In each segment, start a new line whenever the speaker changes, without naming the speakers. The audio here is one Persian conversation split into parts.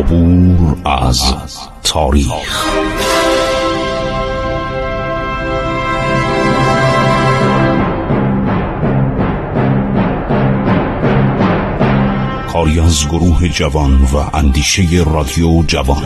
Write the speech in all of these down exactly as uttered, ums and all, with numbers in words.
عبور از تاریخ. کاری از گروه جوان و اندیشه رادیو جوان.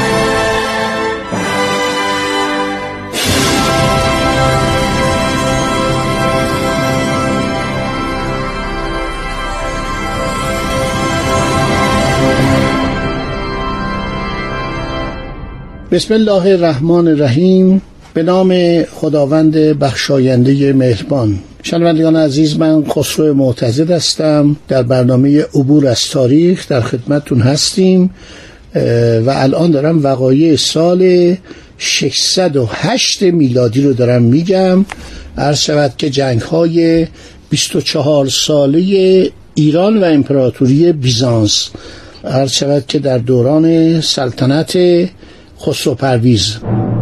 بسم الله الرحمن الرحیم. به نام خداوند بخشاینده مهربان. شنوندگان عزیز، من خسرو معتزد هستم. در برنامه عبور از تاریخ در خدمتتون هستیم و الان دارم وقایع سال ششصد و هشت میلادی رو دارم میگم. عرض شود که جنگ‌های بیست و چهار ساله ایران و امپراتوری بیزانس، عرض شود که در دوران سلطنت خسرو پرویز.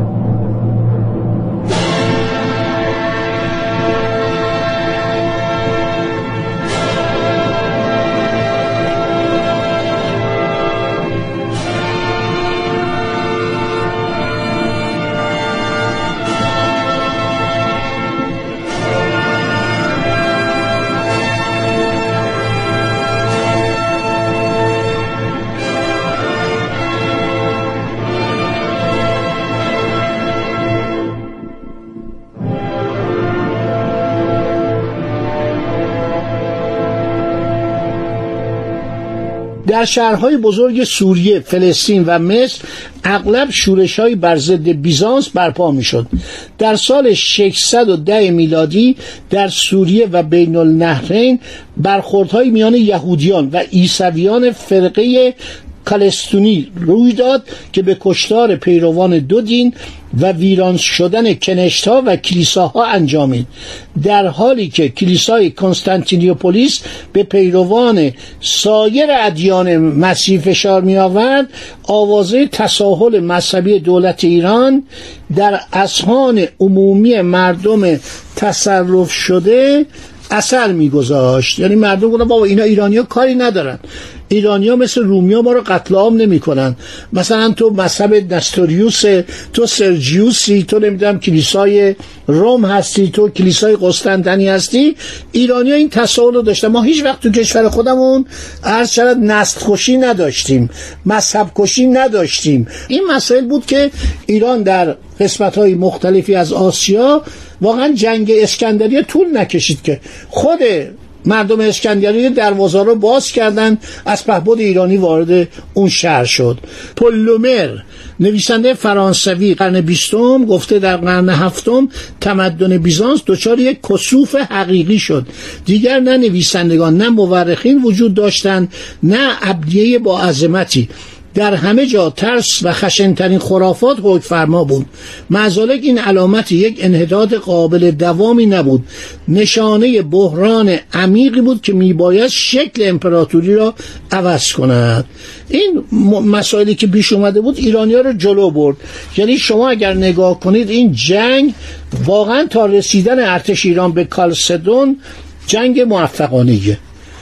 در شهرهای بزرگ سوریه، فلسطین و مصر اغلب شورش‌های بر ضد بیزانس برپا می‌شد. در سال ششصد و ده میلادی در سوریه و بین النهرین برخوردهای میان یهودیان و عیسویان فرقه کالستونی روی داد که به کشتار پیروان دو دین و ویران شدن کنشت‌ها و کلیساها انجامید، در حالی که کلیسای کنستانتینیوپولیس به پیروان سایر ادیان مسیح فشار می آورد. آوازه تساهل مذهبی دولت ایران در اذهان عمومی مردم تصرف شده اثر می‌گذاشت. یعنی مردم گفتن بابا اینا ایرانی‌ها کاری ندارن، ایرانی‌ها مثل رومی‌ها ما رو قتل عام نمی‌کنن، مثلا تو مذهب نستوریوس، تو سرجیوسی، تو نمیدونم کلیسای روم هستی، تو کلیسای قسطنطنی هستی. ایرانی‌ها این تساهل رو داشتن. ما هیچ وقت تو کشور خودمون عرض شود نسل کشی نداشتیم، مذهب کشی نداشتیم. این مسائل بود که ایران در قسمت‌های مختلفی از آسیا واقعا جنگ اسکندریه طول نکشید که خود مردم اسکندریه دروازه رو باز کردن، اسپهبد ایرانی وارد اون شهر شد. پولومر نویسنده فرانسوی قرن بیستم گفته در قرن هفتم تمدن بیزانس دچار یک کسوف حقیقی شد. دیگر نه نویسندگان نه مورخین وجود داشتند، نه ابدیه با عظمتی. در همه جا ترس و خشنترین خرافات حکم فرما بود. معذالک این علامت یک انحطاط قابل دوامی نبود، نشانه بحران عمیقی بود که میباید شکل امپراتوری را عوض کند. این مسائلی که پیش اومده بود ایرانی‌ها رو جلو برد. یعنی شما اگر نگاه کنید این جنگ واقعا تا رسیدن ارتش ایران به کالسدون جنگ موفقانه‌ایه.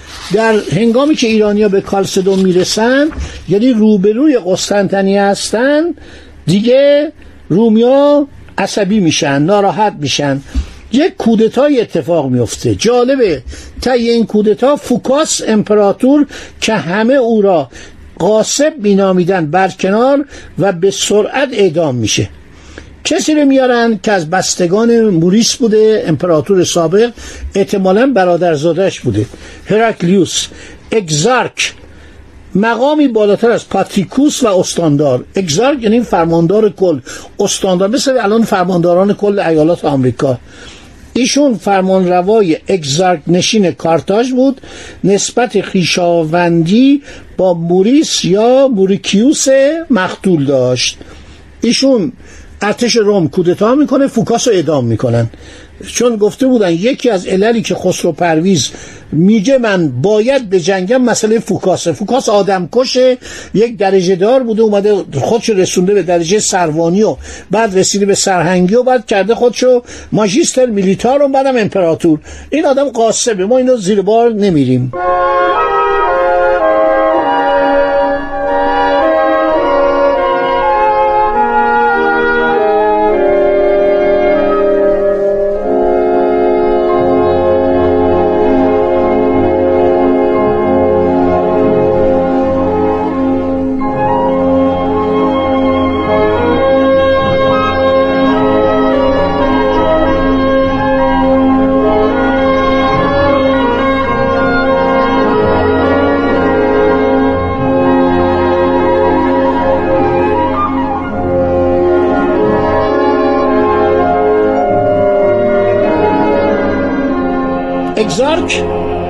در هنگامی که ایرانی‌ها به کالسدون میرسن، یعنی روبروی قسطنطنیه هستن، دیگه رومی‌ها عصبی میشن، ناراحت میشن، یک کودتای اتفاق میفته. جالبه طی این کودتا فوکاس امپراتور که همه او را غاصب مینامیدن برکنار و به سرعت اعدام میشه. کسی رو میارن که از بستگان موریس بوده، امپراتور سابق، احتمالاً برادرزادش بوده، هراکلیوس. اگزارک مقامی بالاتر از پاتریکوس و استاندار. اگزارک یعنی فرماندار کل، استاندار مثل الان فرمانداران کل ایالات آمریکا. ایشون فرمانروای اگزارک نشین کارتاژ بود. نسبت خویشاوندی با موریس یا موریکیوس مقتول داشت. ایشون ارتش روم کودتا میکنه، فوکاس رو اعدام میکنن، چون گفته بودن یکی از عللی که خسرو پرویز میگه من باید به جنگم مسئله فوکاسه. فوکاس آدم کشه، یک درجه دار بوده، اومده خودشو رسونده به درجه سروانی و بعد رسیده به سرهنگی و بعد کرده خودشو ماجیستر میلیتار و بعدم امپراتور. این آدم قاسبه، ما اینو زیر بار نمیریم. اگزارک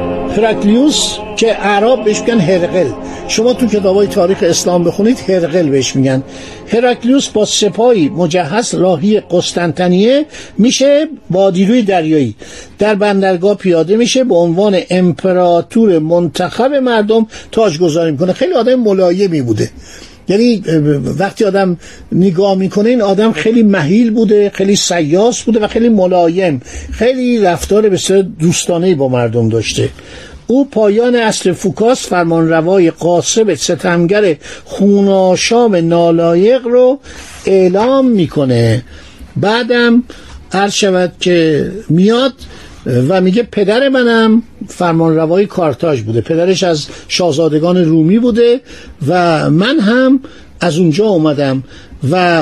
هرکلیوس که اعراب بهش میگن هرقل، شما تو کتابای تاریخ اسلام بخونید هرقل بهش میگن. هرکلیوس با سپاهی مجهز راهی قسطنطنیه میشه با نیروی دریایی در بندرگاه پیاده میشه، به عنوان امپراتور منتخب مردم تاجگذاری میکنه. خیلی آدم ملایمی بوده، یعنی وقتی آدم نگاه میکنه این آدم خیلی مهیل بوده، خیلی سیاس بوده و خیلی ملایم، خیلی رفتار بسیار دوستانه‌ای با مردم داشته. او پایان عصر فوکاس، فرمانروای غاصب ستمگر خوناشام نالایق رو اعلام میکنه. بعدم عرض شود که میاد و میگه پدر منم فرمانروای کارتاژ بوده، پدرش از شاهزادگان رومی بوده و من هم از اونجا اومدم و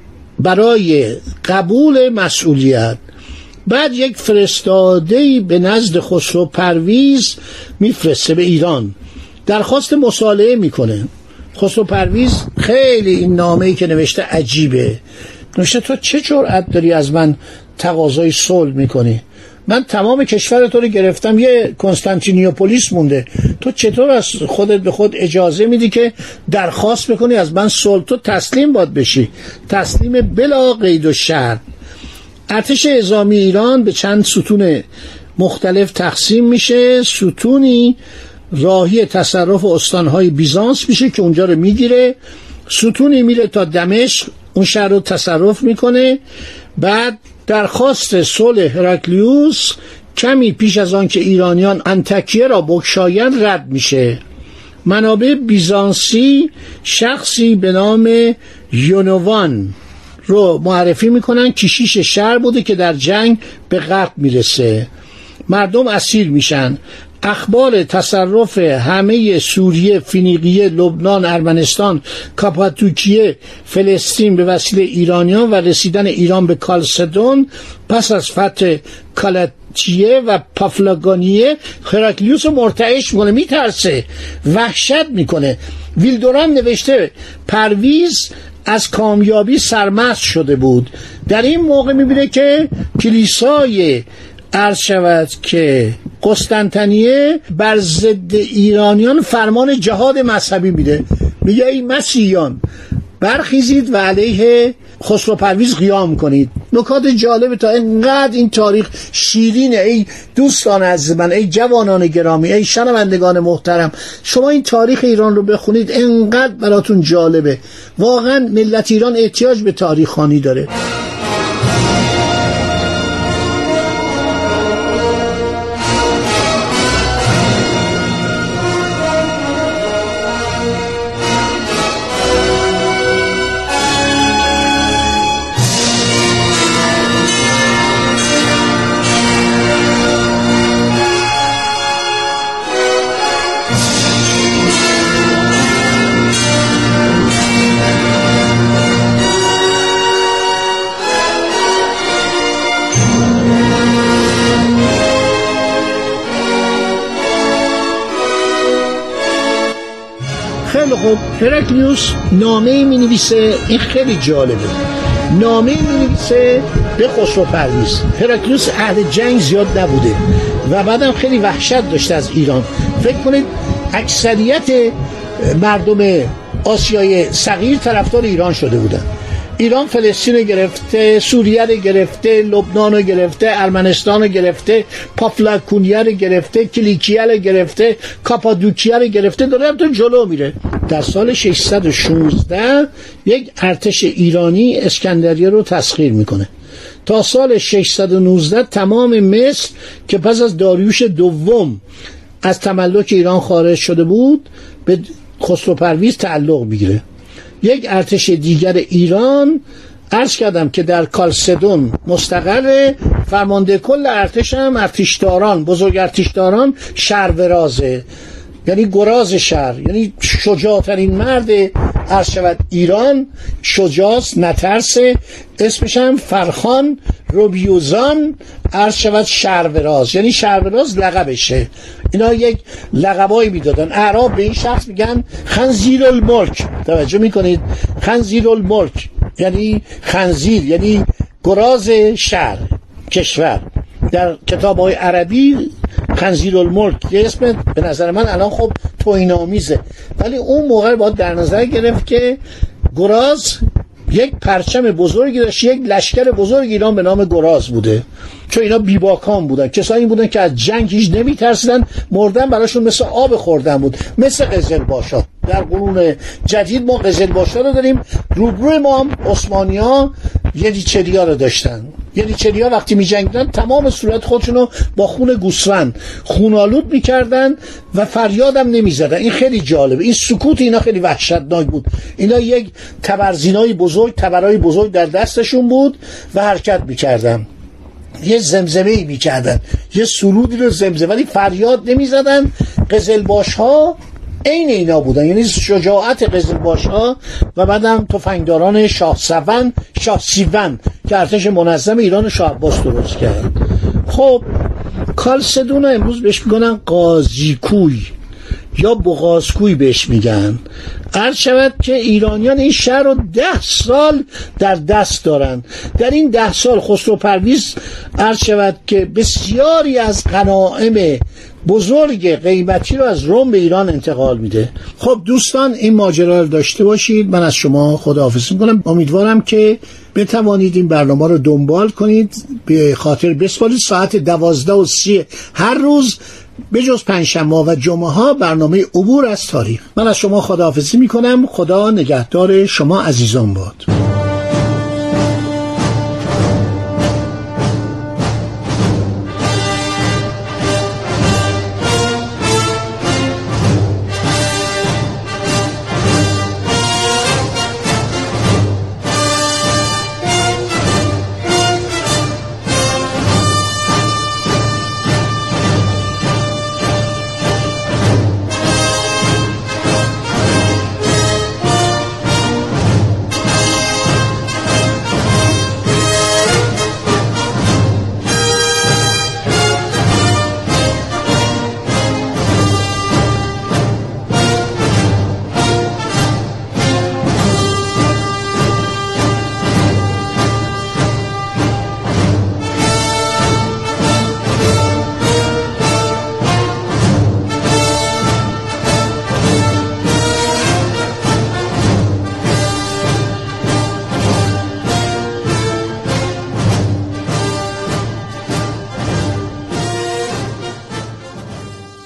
برای قبول مسئولیت. بعد یک فرستاده‌ای به نزد خسرو پرویز میفرسته به ایران، درخواست مصالحه میکنه. خسرو پرویز خیلی این نامه‌ای که نوشته عجیبه، نوشته تو چه جرأت داری از من تقاضای صلح میکنی؟ من تمام کشور تو رو گرفتم، یه کنستانتینیوپولیس مونده، تو چطور از خودت به خود اجازه میدی که درخواست بکنی از من صلح؟ تو تسلیم باید بشی، تسلیم بلا قید و شرط. ارتش نظامی ایران به چند ستون مختلف تقسیم میشه. ستونی راهی تصرف استانهای بیزانس میشه که اونجا رو میگیره، ستونی میره تا دمشق، اون شهر رو تصرف میکنه. بعد درخواست صلح هرکلیوس کمی پیش از آن که ایرانیان انطاکیه را بگشایند رد میشه. منابع بیزانسی شخصی به نام یونوان رو معرفی میکنن، کشیش شهر بوده که در جنگ به قتل میرسه، مردم اسیر میشن. اخبار تصرف همه سوریه، فینیقیه، لبنان، ارمنستان، کاپادوکیه، فلسطین به وسیله ایرانیان و رسیدن ایران به کالسدون پس از فتح کالاتیه و پافلاگانیه هرکلیوس مرتعش میکنه، میترسه، وحشت میکنه. ویلدوران نوشته پرویز از کامیابی سرمست شده بود. در این موقع میبینه که کلیسای عرض شود که قسطنطنیه بر ضد ایرانیان فرمان جهاد مذهبی میده، میگه ای مسیحیان برخیزید و علیه خسرو پرویز قیام کنید. نکات جالب تا اینقدر این تاریخ شیرینه. ای دوستان عزیز من، ای جوانان گرامی، ای شنوندگان محترم، شما این تاریخ ایران رو بخونید، اینقدر براتون جالبه. واقعا ملت ایران احتیاج به تاریخ خوانی داره. خیلی خوب، هرکلیوس نامه می نویسه، این خیلی جالبه، نامه می نویسه به خسرو پرویز. هرکلیوس اهل جنگ زیاد نبوده و بعدم خیلی وحشت داشته از ایران. فکر کنید اکثریت مردم آسیای صغیر طرفدار ایران شده بودن. ایران فلسطین رو گرفته، سوریه رو گرفته، لبنان رو گرفته، ارمنستان رو گرفته، پافلاگونیه رو گرفته، کلیکیه رو گرفته، کاپادوکیه رو گرفته، داره تو جلو میره. در سال ششصد و شانزده یک ارتش ایرانی اسکندریه رو تسخیر میکنه. تا سال ششصد و نوزده تمام مصر که پس از داریوش دوم از تملک ایران خارج شده بود به خسرو پرویز تعلق میگیره. یک ارتش دیگر ایران عرض کردم که در کالسدون مستقر، فرمانده کل ارتش هم ارتشداران، بزرگ ارتشداران شهرورازه، یعنی گراز شهر، یعنی شجاعترین مرد عرض شود ایران، شجاعت نترسه. اسمش هم فرخان روبیوزان عرض شود شهروراز، یعنی شهروراز لقبشه. اینا یک لقبایی میدادن. اعراب به این شخص میگن خنزیر الملک. توجه میکنید؟ خنزیر الملک یعنی خنزیر، یعنی گراز شهر، کشور. در کتاب‌های عربی خنزیرالملک، یه اسم به نظر من الان خب توهین‌آمیزه، ولی اون موقع باید در نظر گرفت که گراز یک پرچم بزرگی داشت، یک لشکر بزرگی ایران به نام گراز بوده، چون اینا بیباکان بودن، کسایی بودن که از جنگ هیچ نمیترسیدن، مردن براشون مثل آب خوردن بود، مثل قزلباشا. در قرون جدید ما قزلباشا رو داریم، روبروی ما هم عثمانی‌ها ینیچریا رو داشتن. ینیچریا وقتی می جنگیدن تمام صورت خودشون رو با خون گوسفند خونالود میکردن و فریادم نمی زدن. این خیلی جالبه، این سکوت اینا خیلی وحشتناک بود. اینا یک تبرزینای بزرگ، تبرای بزرگ در دستشون بود و حرکت میکردن، یه زمزمه‌ای میکردن، یه سرودی رو زمزمه، ولی فریاد نمی زدن. قزلباش‌ها این اینا بودن، یعنی شجاعت قزلباش‌ها و بعدم تفنگداران شاه سون، شاه سیون که ارتش منظم ایران شاه عباس درست کرد. خب کالسدون امروز بهش میگن قاضیکوی یا بغازکوی بهش میگن. عرض شود که ایرانیان این شهر رو ده سال در دست دارن. در این ده سال خسرو پرویز عرض شود که بسیاری از غنایم بزرگ قیمتی رو از روم به ایران انتقال میده. خب دوستان این ماجرا رو داشته باشید. من از شما خداحافظی میکنم. امیدوارم که بتوانید این برنامه رو دنبال کنید، به خاطر بسپارید. ساعت دوازده و سی هر روز به جز پنجشنبه و جمعه ها برنامه عبور از تاریخ. من از شما خداحافظی میکنم. خدا نگهدار شما عزیزان باد.